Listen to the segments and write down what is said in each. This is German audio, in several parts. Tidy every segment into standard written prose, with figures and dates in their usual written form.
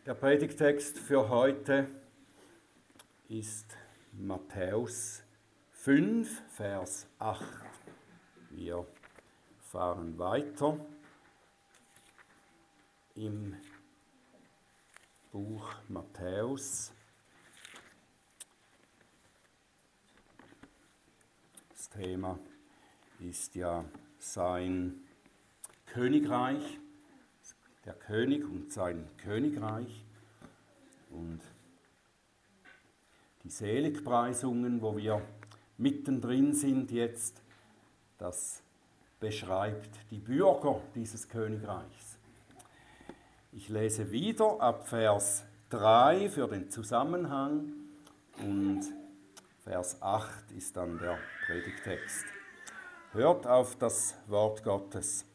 Der Predigtext für heute ist Matthäus 5, Vers 8. Wir fahren weiter im Buch Matthäus. Das Thema ist ja sein Königreich, der König und sein Königreich und die Seligpreisungen, wo wir mittendrin sind jetzt, das beschreibt die Bürger dieses Königreichs. Ich lese wieder ab Vers 3 für den Zusammenhang und Vers 8 ist dann der Predigtext. Hört auf das Wort Gottes.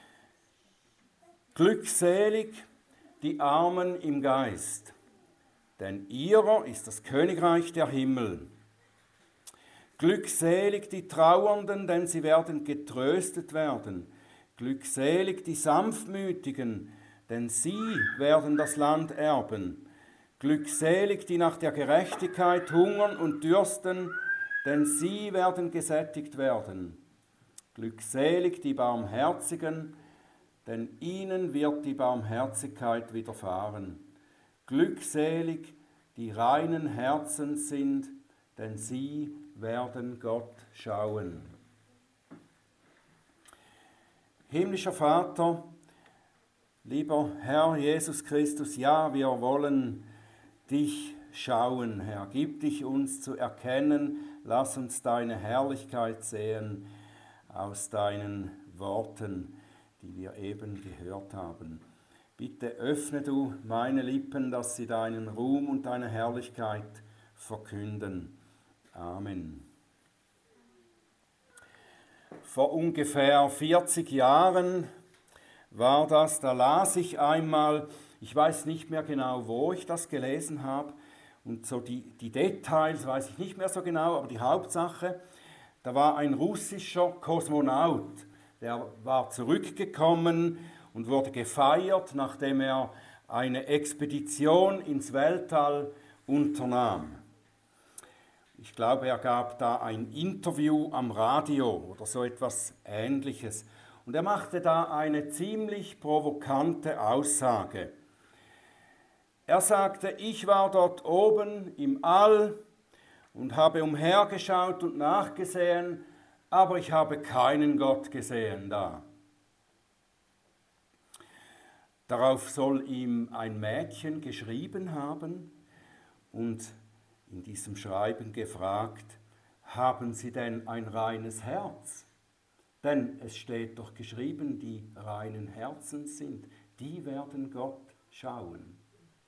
Glückselig die Armen im Geist, denn ihrer ist das Königreich der Himmel. Glückselig die Trauernden, denn sie werden getröstet werden. Glückselig die Sanftmütigen, denn sie werden das Land erben. Glückselig die nach der Gerechtigkeit hungern und dürsten, denn sie werden gesättigt werden. Glückselig die Barmherzigen, denn ihnen wird die Barmherzigkeit widerfahren. Glückselig die reinen Herzens sind, denn sie werden Gott schauen. Himmlischer Vater, lieber Herr Jesus Christus, ja, wir wollen dich schauen, Herr. Gib dich uns zu erkennen, lass uns deine Herrlichkeit sehen aus deinen Worten, die wir eben gehört haben. Bitte öffne du meine Lippen, dass sie deinen Ruhm und deine Herrlichkeit verkünden. Amen. Vor ungefähr 40 Jahren war das, da las ich einmal, ich weiß nicht mehr genau, wo ich das gelesen habe, und so die Details weiß ich nicht mehr so genau, aber die Hauptsache, da war ein russischer Kosmonaut, der war zurückgekommen und wurde gefeiert, nachdem er eine Expedition ins Weltall unternahm. Ich glaube, er gab da ein Interview am Radio oder so etwas Ähnliches. Und er machte da eine ziemlich provokante Aussage. Er sagte, ich war dort oben im All und habe umhergeschaut und nachgesehen, aber ich habe keinen Gott gesehen da. Darauf soll ihm ein Mädchen geschrieben haben und in diesem Schreiben gefragt, haben Sie denn ein reines Herz? Denn es steht doch geschrieben, die reinen Herzens sind, die werden Gott schauen.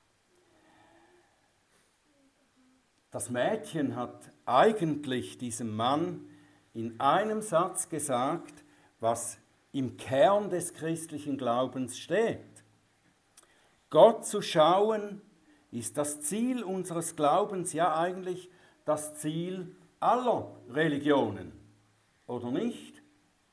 Das Mädchen hat eigentlich diesem Mann in einem Satz gesagt, was im Kern des christlichen Glaubens steht. Gott zu schauen ist das Ziel unseres Glaubens, ja eigentlich das Ziel aller Religionen, oder nicht?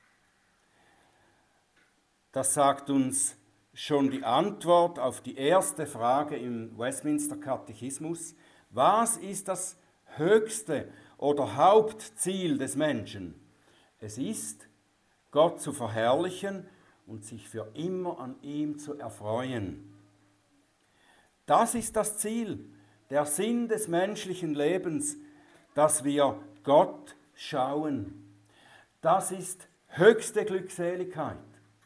Das sagt uns schon die Antwort auf die erste Frage im Westminster Katechismus. Was ist das höchste oder Hauptziel des Menschen? Es ist, Gott zu verherrlichen und sich für immer an ihm zu erfreuen. Das ist das Ziel, der Sinn des menschlichen Lebens, dass wir Gott schauen. Das ist höchste Glückseligkeit.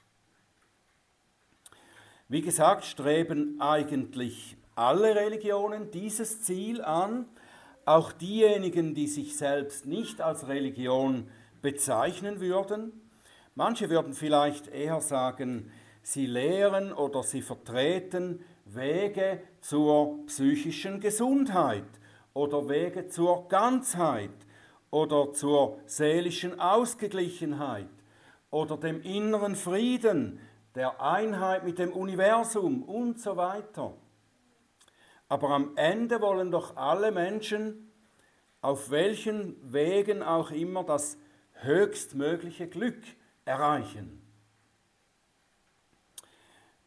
Wie gesagt, streben eigentlich alle Religionen dieses Ziel an, auch diejenigen, die sich selbst nicht als Religion bezeichnen würden. Manche würden vielleicht eher sagen, sie lehren oder sie vertreten Wege zur psychischen Gesundheit oder Wege zur Ganzheit oder zur seelischen Ausgeglichenheit oder dem inneren Frieden, der Einheit mit dem Universum und so weiter. Aber am Ende wollen doch alle Menschen, auf welchen Wegen auch immer, das höchstmögliche Glück erreichen.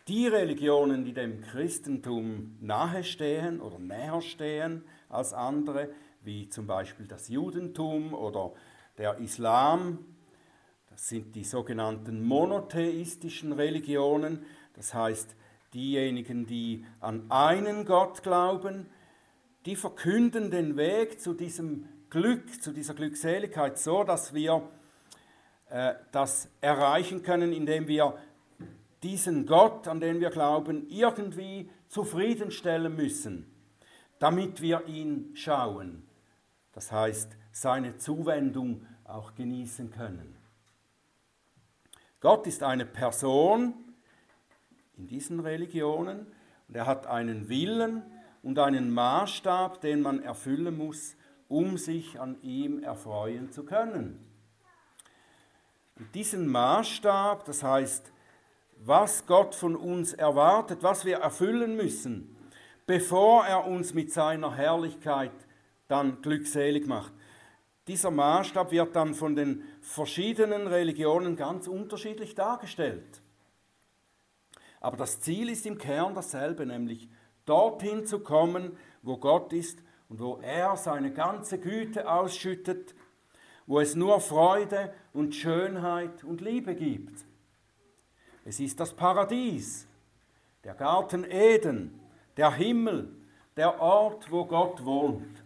Die Religionen, die dem Christentum nahestehen oder näher stehen als andere, wie zum Beispiel das Judentum oder der Islam, das sind die sogenannten monotheistischen Religionen, das heißt diejenigen, die an einen Gott glauben, die verkünden den Weg zu diesem Glück, zu dieser Glückseligkeit so, dass wir das erreichen können, indem wir diesen Gott, an den wir glauben, irgendwie zufriedenstellen müssen, damit wir ihn schauen. Das heißt, seine Zuwendung auch genießen können. Gott ist eine Person in diesen Religionen und er hat einen Willen und einen Maßstab, den man erfüllen muss, um sich an ihm erfreuen zu können. Und diesen Maßstab, das heißt, was Gott von uns erwartet, was wir erfüllen müssen, bevor er uns mit seiner Herrlichkeit dann glückselig macht. Dieser Maßstab wird dann von den verschiedenen Religionen ganz unterschiedlich dargestellt. Aber das Ziel ist im Kern dasselbe, nämlich dorthin zu kommen, wo Gott ist und wo er seine ganze Güte ausschüttet, wo es nur Freude und Schönheit und Liebe gibt. Es ist das Paradies, der Garten Eden, der Himmel, der Ort, wo Gott wohnt.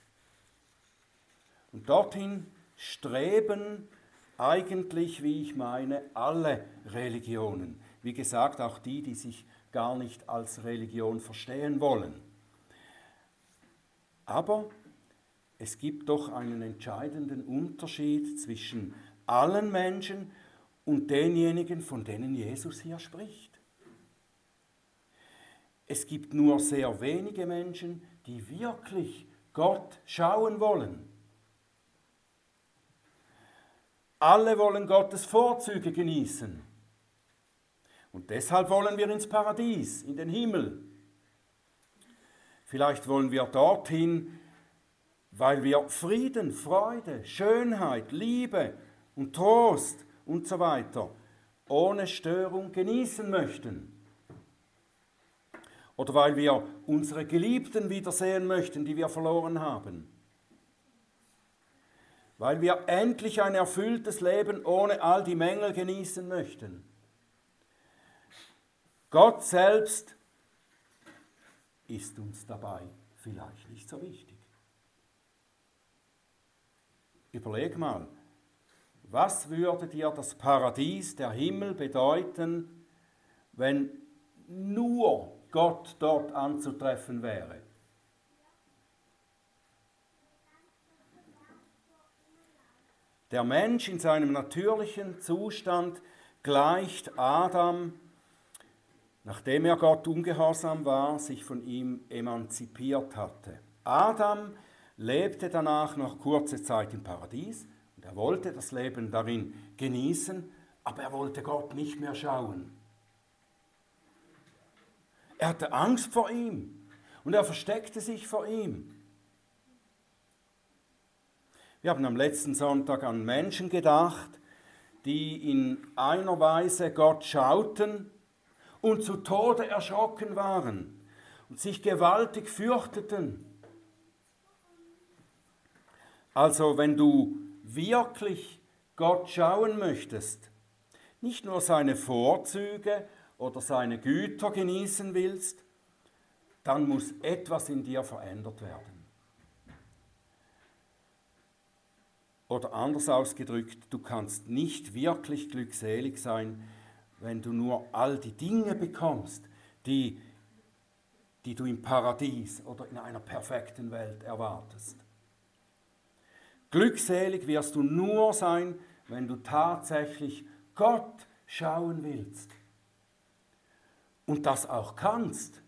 Und dorthin streben eigentlich, wie ich meine, alle Religionen. Wie gesagt, auch die, die sich gar nicht als Religion verstehen wollen. Aber es gibt doch einen entscheidenden Unterschied zwischen allen Menschen und denjenigen, von denen Jesus hier spricht. Es gibt nur sehr wenige Menschen, die wirklich Gott schauen wollen. Alle wollen Gottes Vorzüge genießen. Und deshalb wollen wir ins Paradies, in den Himmel. Vielleicht wollen wir dorthin, weil wir Frieden, Freude, Schönheit, Liebe und Trost und so weiter ohne Störung genießen möchten. Oder weil wir unsere Geliebten wiedersehen möchten, die wir verloren haben. Weil wir endlich ein erfülltes Leben ohne all die Mängel genießen möchten. Gott selbst ist uns dabei vielleicht nicht so wichtig. Überleg mal, was würde dir das Paradies, der Himmel bedeuten, wenn nur Gott dort anzutreffen wäre? Der Mensch in seinem natürlichen Zustand gleicht Adam, nachdem er Gott ungehorsam war, sich von ihm emanzipiert hatte. Adam lebte danach noch kurze Zeit im Paradies und er wollte das Leben darin genießen, aber er wollte Gott nicht mehr schauen. Er hatte Angst vor ihm und er versteckte sich vor ihm. Wir haben am letzten Sonntag an Menschen gedacht, die in einer Weise Gott schauten und zu Tode erschrocken waren und sich gewaltig fürchteten. Also wenn du wirklich Gott schauen möchtest, nicht nur seine Vorzüge oder seine Güter genießen willst, dann muss etwas in dir verändert werden. Oder anders ausgedrückt, du kannst nicht wirklich glückselig sein, wenn du nur all die Dinge bekommst, die du im Paradies oder in einer perfekten Welt erwartest. Glückselig wirst du nur sein, wenn du tatsächlich Gott schauen willst. Und das auch kannst.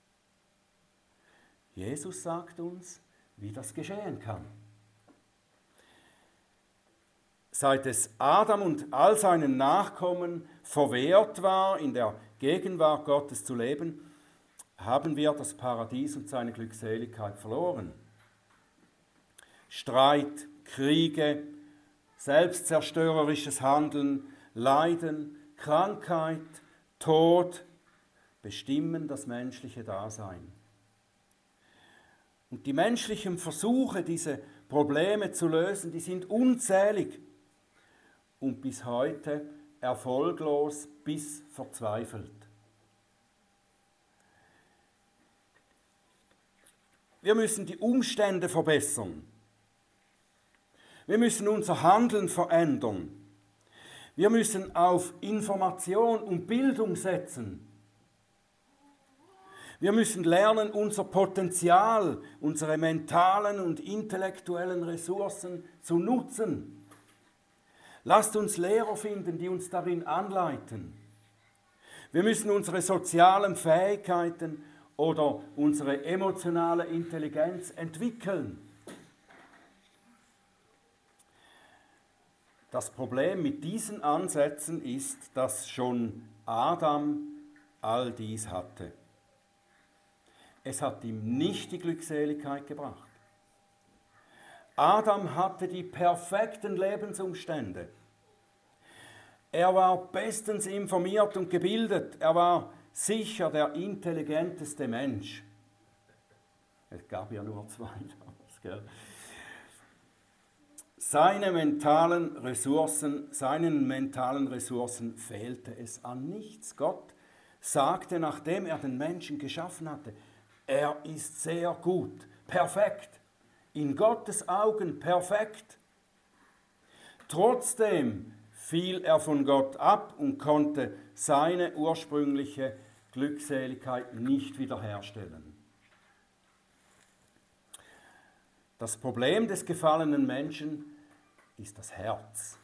Jesus sagt uns, wie das geschehen kann. Seit es Adam und all seinen Nachkommen verwehrt war, in der Gegenwart Gottes zu leben, haben wir das Paradies und seine Glückseligkeit verloren. Streit, Kriege, selbstzerstörerisches Handeln, Leiden, Krankheit, Tod, bestimmen das menschliche Dasein. Und die menschlichen Versuche, diese Probleme zu lösen, die sind unzählig und bis heute erfolglos bis verzweifelt. Wir müssen die Umstände verbessern. Wir müssen unser Handeln verändern. Wir müssen auf Information und Bildung setzen. Wir müssen lernen, unser Potenzial, unsere mentalen und intellektuellen Ressourcen zu nutzen. Lasst uns Lehrer finden, die uns darin anleiten. Wir müssen unsere sozialen Fähigkeiten oder unsere emotionale Intelligenz entwickeln. Das Problem mit diesen Ansätzen ist, dass schon Adam all dies hatte. Es hat ihm nicht die Glückseligkeit gebracht. Adam hatte die perfekten Lebensumstände. Er war bestens informiert und gebildet. Er war sicher der intelligenteste Mensch. Es gab ja nur zwei damals, gell? Seinen mentalen Ressourcen fehlte es an nichts. Gott sagte, nachdem er den Menschen geschaffen hatte, er ist sehr gut, perfekt, in Gottes Augen perfekt. Trotzdem fiel er von Gott ab und konnte seine ursprüngliche Glückseligkeit nicht wiederherstellen. Das Problem des gefallenen Menschen ist das Herz.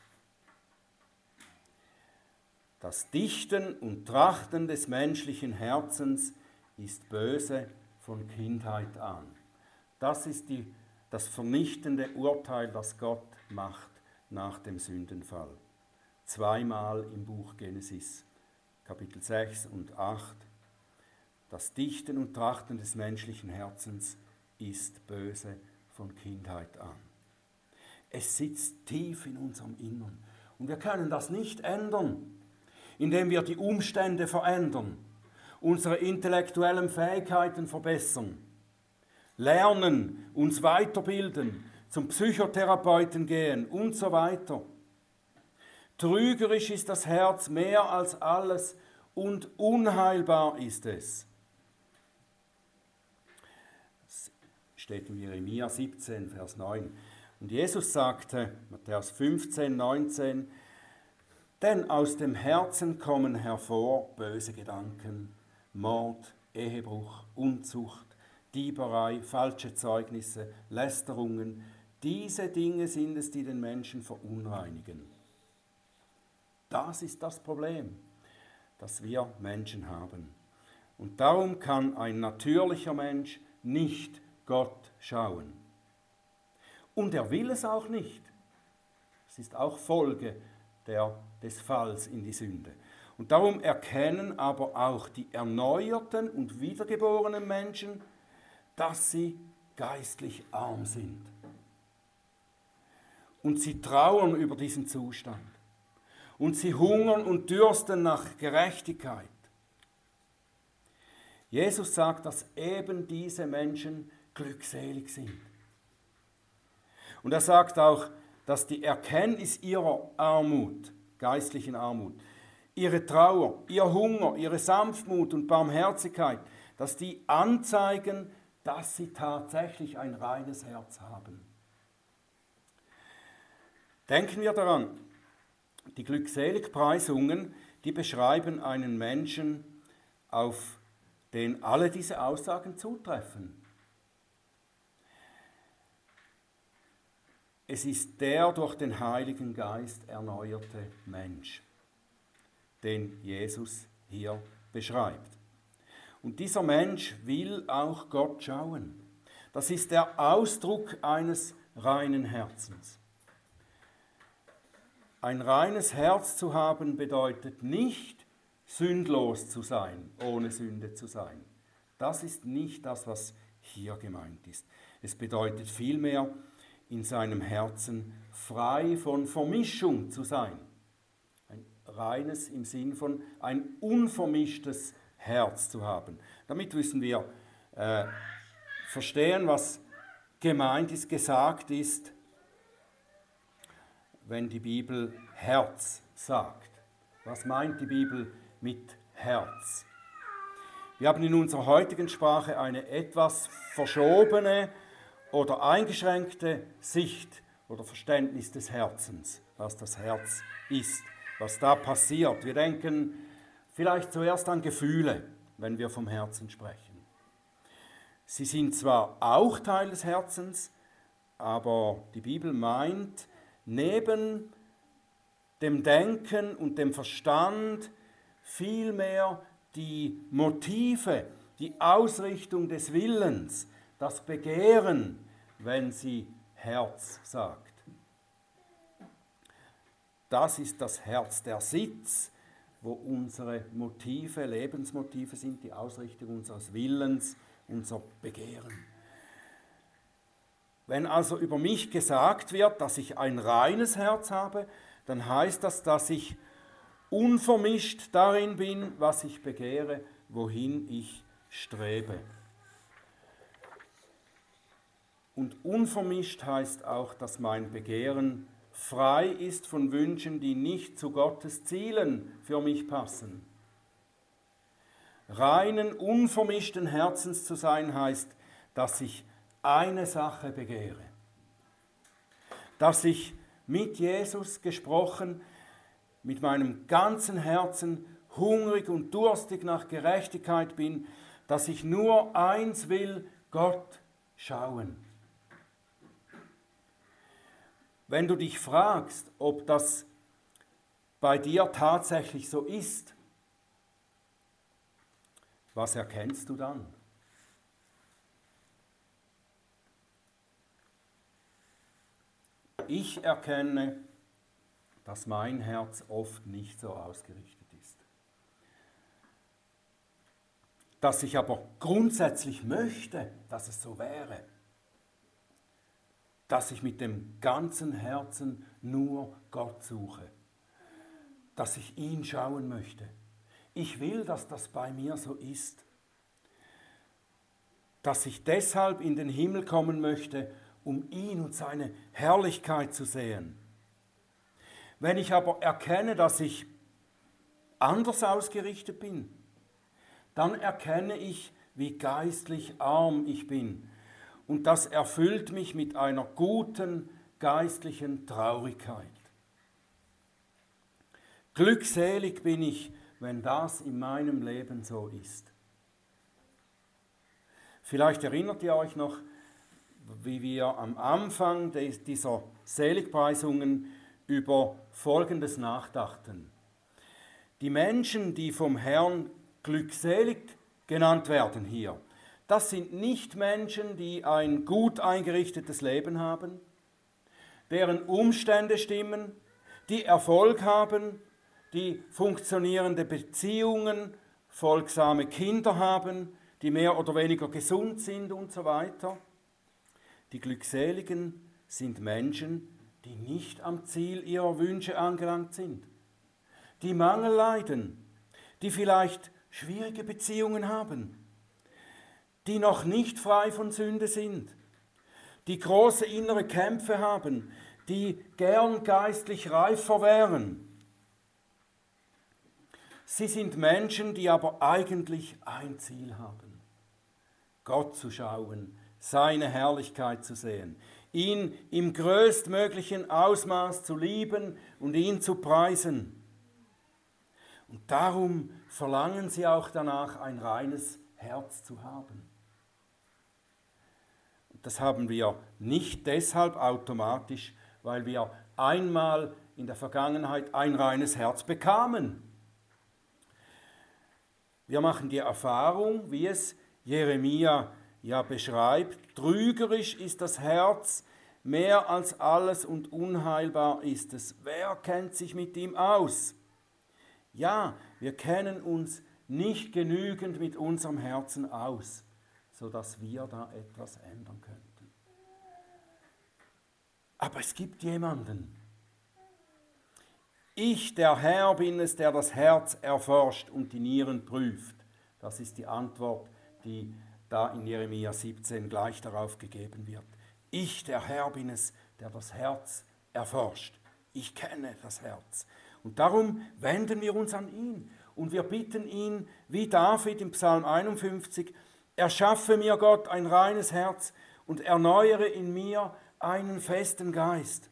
Das Dichten und Trachten des menschlichen Herzens ist böse von Kindheit an. Das ist das vernichtende Urteil, das Gott macht nach dem Sündenfall. Zweimal im Buch Genesis, Kapitel 6 und 8. Das Dichten und Trachten des menschlichen Herzens ist böse von Kindheit an. Es sitzt tief in unserem Innern und wir können das nicht ändern, indem wir die Umstände verändern, unsere intellektuellen Fähigkeiten verbessern, lernen, uns weiterbilden, zum Psychotherapeuten gehen und so weiter. Trügerisch ist das Herz mehr als alles und unheilbar ist es. Das steht in Jeremia 17, Vers 9. Und Jesus sagte, Matthäus 15, 19, denn aus dem Herzen kommen hervor böse Gedanken, Mord, Ehebruch, Unzucht, Dieberei, falsche Zeugnisse, Lästerungen. Diese Dinge sind es, die den Menschen verunreinigen. Das ist das Problem, das wir Menschen haben. Und darum kann ein natürlicher Mensch nicht Gott schauen. Und er will es auch nicht. Es ist auch Folge des Falls in die Sünde. Und darum erkennen aber auch die erneuerten und wiedergeborenen Menschen, dass sie geistlich arm sind. Und sie trauern über diesen Zustand. Und sie hungern und dürsten nach Gerechtigkeit. Jesus sagt, dass eben diese Menschen glückselig sind. Und er sagt auch, dass die Erkenntnis ihrer Armut, geistlichen Armut, ihre Trauer, ihr Hunger, ihre Sanftmut und Barmherzigkeit, dass die anzeigen, dass sie tatsächlich ein reines Herz haben. Denken wir daran, die Glückseligpreisungen, die beschreiben einen Menschen, auf den alle diese Aussagen zutreffen. Es ist der durch den Heiligen Geist erneuerte Mensch, den Jesus hier beschreibt. Und dieser Mensch will auch Gott schauen. Das ist der Ausdruck eines reinen Herzens. Ein reines Herz zu haben bedeutet nicht, sündlos zu sein, ohne Sünde zu sein. Das ist nicht das, was hier gemeint ist. Es bedeutet vielmehr, in seinem Herzen frei von Vermischung zu sein. Ein reines im Sinn von ein unvermischtes Herz zu haben. Damit müssen wir verstehen, was gemeint ist, gesagt ist, wenn die Bibel Herz sagt. Was meint die Bibel mit Herz? Wir haben in unserer heutigen Sprache eine etwas verschobene oder eingeschränkte Sicht oder Verständnis des Herzens, was das Herz ist, was da passiert. Wir denken vielleicht zuerst an Gefühle, wenn wir vom Herzen sprechen. Sie sind zwar auch Teil des Herzens, aber die Bibel meint, neben dem Denken und dem Verstand vielmehr die Motive, die Ausrichtung des Willens, das Begehren, wenn sie Herz sagt. Das ist das Herz, der Sitz, wo unsere Motive, Lebensmotive sind, die Ausrichtung unseres Willens, unser Begehren. Wenn also über mich gesagt wird, dass ich ein reines Herz habe, dann heißt das, dass ich unvermischt darin bin, was ich begehre, wohin ich strebe. Und unvermischt heißt auch, dass mein Begehren frei ist von Wünschen, die nicht zu Gottes Zielen für mich passen. Reinen, unvermischten Herzens zu sein heißt, dass ich eine Sache begehre. Dass ich mit Jesus gesprochen, mit meinem ganzen Herzen hungrig und durstig nach Gerechtigkeit bin, dass ich nur eins will, Gott schauen. Wenn du dich fragst, ob das bei dir tatsächlich so ist, was erkennst du dann? Ich erkenne, dass mein Herz oft nicht so ausgerichtet ist. Dass ich aber grundsätzlich möchte, dass es so wäre. Dass ich mit dem ganzen Herzen nur Gott suche. Dass ich ihn schauen möchte. Ich will, dass das bei mir so ist. Dass ich deshalb in den Himmel kommen möchte, um ihn und seine Herrlichkeit zu sehen. Wenn ich aber erkenne, dass ich anders ausgerichtet bin, dann erkenne ich, wie geistlich arm ich bin. Und das erfüllt mich mit einer guten geistlichen Traurigkeit. Glückselig bin ich, wenn das in meinem Leben so ist. Vielleicht erinnert ihr euch noch, wie wir am Anfang dieser Seligpreisungen über Folgendes nachdachten. Die Menschen, die vom Herrn glückselig genannt werden hier, das sind nicht Menschen, die ein gut eingerichtetes Leben haben, deren Umstände stimmen, die Erfolg haben, die funktionierende Beziehungen, folgsame Kinder haben, die mehr oder weniger gesund sind und so weiter. Die Glückseligen sind Menschen, die nicht am Ziel ihrer Wünsche angelangt sind, die Mangel leiden, die vielleicht schwierige Beziehungen haben, die noch nicht frei von Sünde sind, die große innere Kämpfe haben, die gern geistlich reifer wären. Sie sind Menschen, die aber eigentlich ein Ziel haben: Gott zu schauen, seine Herrlichkeit zu sehen, ihn im größtmöglichen Ausmaß zu lieben und ihn zu preisen. Und darum verlangen sie auch danach, ein reines Herz zu haben. Und das haben wir nicht deshalb automatisch, weil wir einmal in der Vergangenheit ein reines Herz bekamen. Wir machen die Erfahrung, wie es Jeremia ja beschreibt: Trügerisch ist das Herz mehr als alles und unheilbar ist es. Wer kennt sich mit ihm aus? Ja, wir kennen uns nicht genügend mit unserem Herzen aus, sodass wir da etwas ändern könnten. Aber es gibt jemanden. Ich, der Herr, bin es, der das Herz erforscht und die Nieren prüft. Das ist die Antwort, die da in Jeremia 17 gleich darauf gegeben wird. Ich, der Herr, bin es, der das Herz erforscht. Ich kenne das Herz. Und darum wenden wir uns an ihn und wir bitten ihn, wie David im Psalm 51, erschaffe mir Gott ein reines Herz und erneuere in mir einen festen Geist.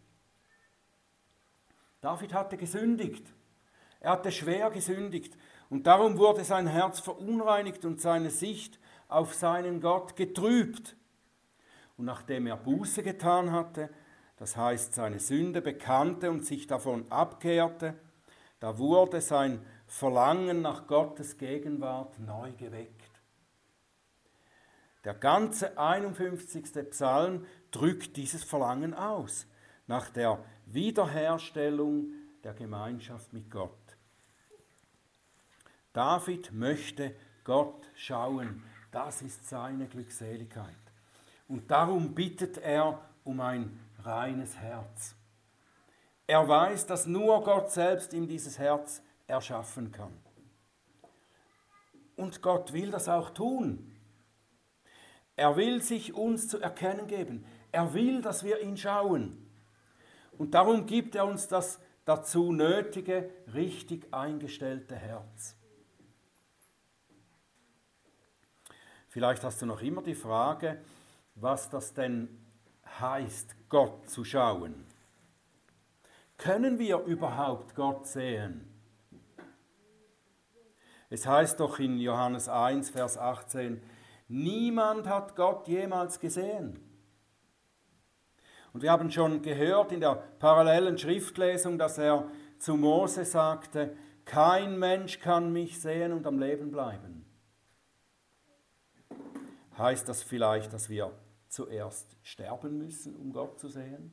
David hatte gesündigt. Er hatte schwer gesündigt und darum wurde sein Herz verunreinigt und seine Sicht auf seinen Gott getrübt. Und nachdem er Buße getan hatte, das heißt seine Sünde bekannte und sich davon abkehrte, da wurde sein Verlangen nach Gottes Gegenwart neu geweckt. Der ganze 51. Psalm drückt dieses Verlangen aus, nach der Wiederherstellung der Gemeinschaft mit Gott. David möchte Gott schauen, das ist seine Glückseligkeit. Und darum bittet er um ein reines Herz. Er weiß, dass nur Gott selbst ihm dieses Herz erschaffen kann. Und Gott will das auch tun. Er will sich uns zu erkennen geben. Er will, dass wir ihn schauen. Und darum gibt er uns das dazu nötige, richtig eingestellte Herz. Vielleicht hast du noch immer die Frage, was das denn heißt, Gott zu schauen. Können wir überhaupt Gott sehen? Es heißt doch in Johannes 1, Vers 18, niemand hat Gott jemals gesehen. Und wir haben schon gehört in der parallelen Schriftlesung, dass er zu Mose sagte, kein Mensch kann mich sehen und am Leben bleiben. Heißt das vielleicht, dass wir zuerst sterben müssen, um Gott zu sehen?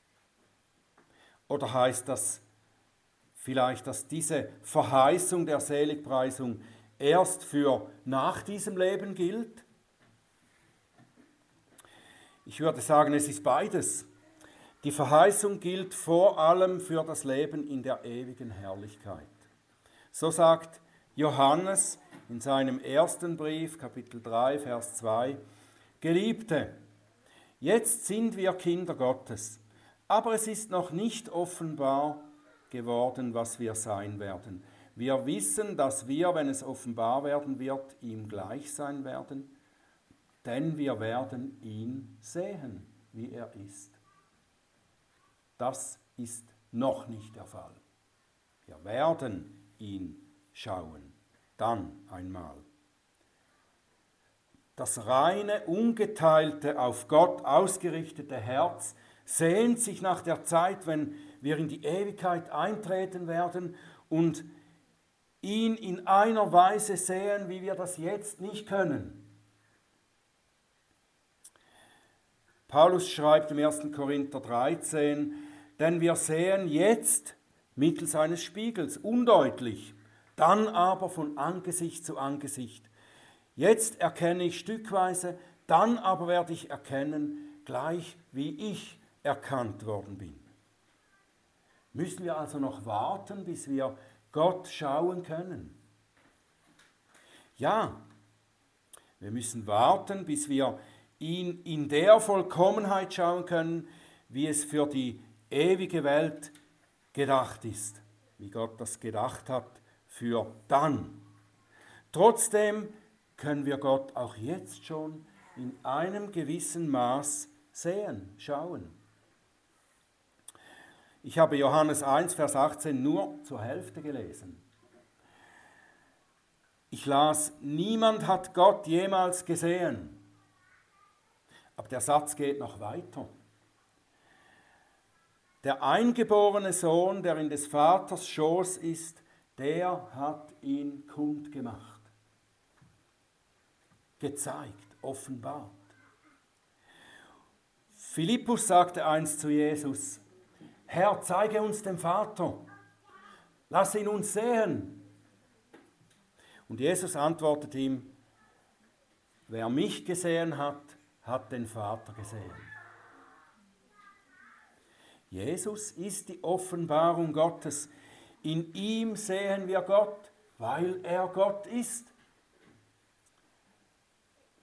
Oder heißt das vielleicht, dass diese Verheißung der Seligpreisung erst für nach diesem Leben gilt? Ich würde sagen, es ist beides. Die Verheißung gilt vor allem für das Leben in der ewigen Herrlichkeit. So sagt Johannes in seinem ersten Brief, Kapitel 3, Vers 2, Geliebte, jetzt sind wir Kinder Gottes, aber es ist noch nicht offenbar geworden, was wir sein werden. Wir wissen, dass wir, wenn es offenbar werden wird, ihm gleich sein werden, denn wir werden ihn sehen, wie er ist. Das ist noch nicht der Fall. Wir werden ihn schauen, dann einmal. Das reine, ungeteilte, auf Gott ausgerichtete Herz sehnt sich nach der Zeit, wenn wir in die Ewigkeit eintreten werden und ihn in einer Weise sehen, wie wir das jetzt nicht können. Paulus schreibt im 1. Korinther 13, denn wir sehen jetzt mittels eines Spiegels undeutlich, dann aber von Angesicht zu Angesicht. Jetzt erkenne ich stückweise, dann aber werde ich erkennen, gleich wie ich erkannt worden bin. Müssen wir also noch warten, bis wir Gott schauen können? Ja, wir müssen warten, bis wir ihn in der Vollkommenheit schauen können, wie es für die ewige Welt gedacht ist, wie Gott das gedacht hat für dann. Trotzdem können wir Gott auch jetzt schon in einem gewissen Maß sehen, schauen. Ich habe Johannes 1, Vers 18 nur zur Hälfte gelesen. Ich las, niemand hat Gott jemals gesehen. Aber der Satz geht noch weiter. Der eingeborene Sohn, der in des Vaters Schoß ist, der hat ihn kundgemacht, gezeigt, offenbart. Philippus sagte einst zu Jesus, Herr, zeige uns den Vater, lass ihn uns sehen. Und Jesus antwortet ihm, wer mich gesehen hat, hat den Vater gesehen. Jesus ist die Offenbarung Gottes. In ihm sehen wir Gott, weil er Gott ist.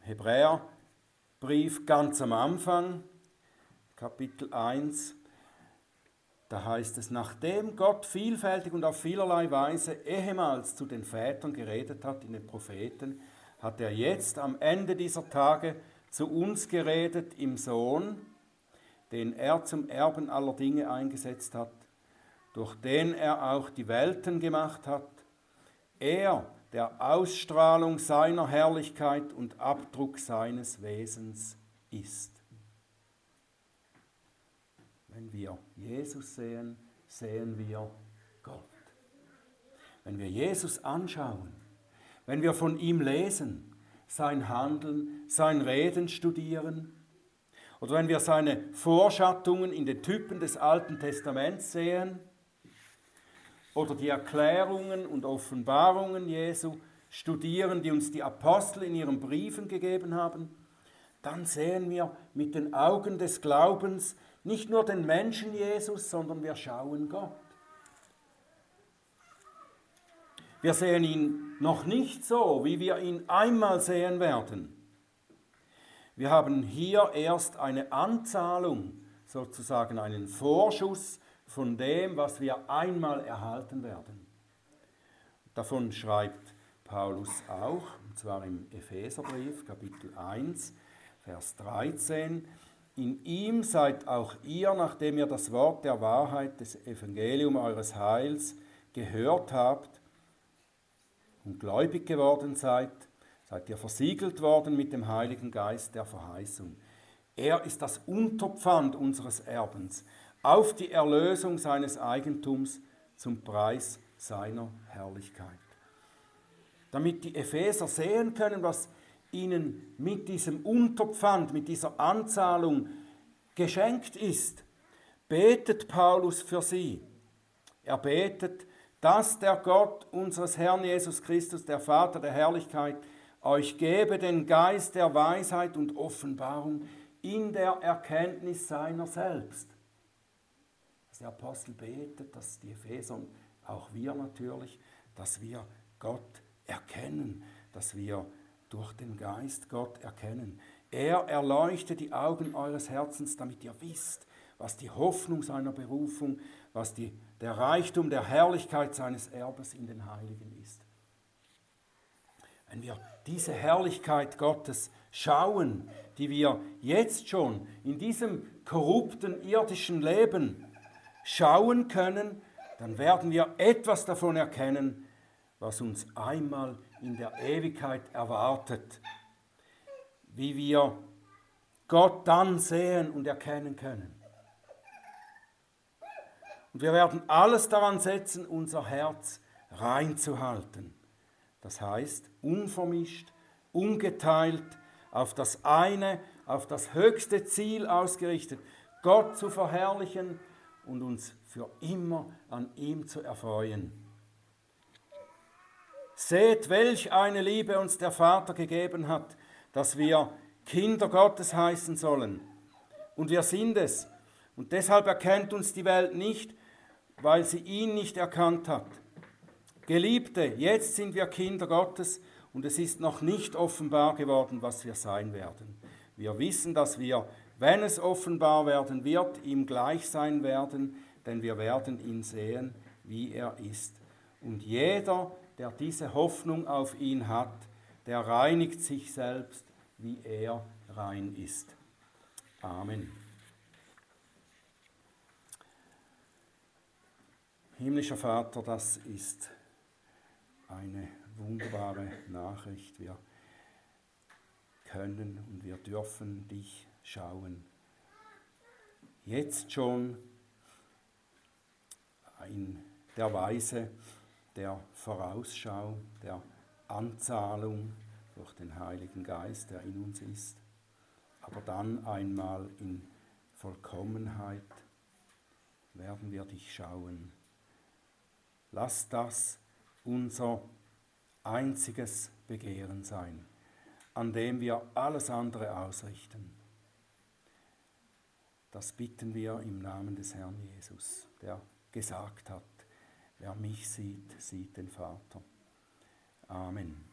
Hebräerbrief ganz am Anfang, Kapitel 1, da heißt es, nachdem Gott vielfältig und auf vielerlei Weise ehemals zu den Vätern geredet hat in den Propheten, hat er jetzt am Ende dieser Tage zu uns geredet im Sohn, den er zum Erben aller Dinge eingesetzt hat, durch den er auch die Welten gemacht hat, er, der Ausstrahlung seiner Herrlichkeit und Abdruck seines Wesens ist. Wenn wir Jesus sehen, sehen wir Gott. Wenn wir Jesus anschauen, wenn wir von ihm lesen, sein Handeln, sein Reden studieren, oder wenn wir seine Vorschattungen in den Typen des Alten Testaments sehen, oder die Erklärungen und Offenbarungen Jesu studieren, die uns die Apostel in ihren Briefen gegeben haben, dann sehen wir mit den Augen des Glaubens nicht nur den Menschen Jesus, sondern wir schauen Gott. Wir sehen ihn noch nicht so, wie wir ihn einmal sehen werden. Wir haben hier erst eine Anzahlung, sozusagen einen Vorschuss von dem, was wir einmal erhalten werden. Davon schreibt Paulus auch, und zwar im Epheserbrief, Kapitel 1, Vers 13, in ihm seid auch ihr, nachdem ihr das Wort der Wahrheit des Evangeliums eures Heils gehört habt und gläubig geworden seid ihr versiegelt worden mit dem Heiligen Geist der Verheißung. Er ist das Unterpfand unseres Erbens auf die Erlösung seines Eigentums zum Preis seiner Herrlichkeit. Damit die Epheser sehen können, was ihnen mit diesem Unterpfand, mit dieser Anzahlung geschenkt ist, betet Paulus für sie. Er betet, dass der Gott unseres Herrn Jesus Christus, der Vater der Herrlichkeit, euch gebe den Geist der Weisheit und Offenbarung in der Erkenntnis seiner selbst. Dass der Apostel betet, dass die Epheser, auch wir natürlich, dass wir Gott erkennen, dass wir durch den Geist Gott erkennen. Er erleuchtet die Augen eures Herzens, damit ihr wisst, was die Hoffnung seiner Berufung, was der Reichtum der Herrlichkeit seines Erbes in den Heiligen ist. Wenn wir diese Herrlichkeit Gottes schauen, die wir jetzt schon in diesem korrupten irdischen Leben schauen können, dann werden wir etwas davon erkennen, was uns einmal in der Ewigkeit erwartet, wie wir Gott dann sehen und erkennen können. Und wir werden alles daran setzen, unser Herz reinzuhalten. Das heißt, unvermischt, ungeteilt, auf das eine, auf das höchste Ziel ausgerichtet, Gott zu verherrlichen und uns für immer an ihm zu erfreuen. Seht, welch eine Liebe uns der Vater gegeben hat, dass wir Kinder Gottes heißen sollen. Und wir sind es. Und deshalb erkennt uns die Welt nicht, weil sie ihn nicht erkannt hat. Geliebte, jetzt sind wir Kinder Gottes und es ist noch nicht offenbar geworden, was wir sein werden. Wir wissen, dass wir, wenn es offenbar werden wird, ihm gleich sein werden, denn wir werden ihn sehen, wie er ist. Und jeder, der diese Hoffnung auf ihn hat, der reinigt sich selbst, wie er rein ist. Amen. Himmlischer Vater, das ist eine wunderbare Nachricht. Wir können und wir dürfen dich schauen. Jetzt schon in der Weise der Vorausschau, der Anzahlung durch den Heiligen Geist, der in uns ist, aber dann einmal in Vollkommenheit werden wir dich schauen. Lass das unser einziges Begehren sein, an dem wir alles andere ausrichten. Das bitten wir im Namen des Herrn Jesus, der gesagt hat, wer mich sieht, sieht den Vater. Amen.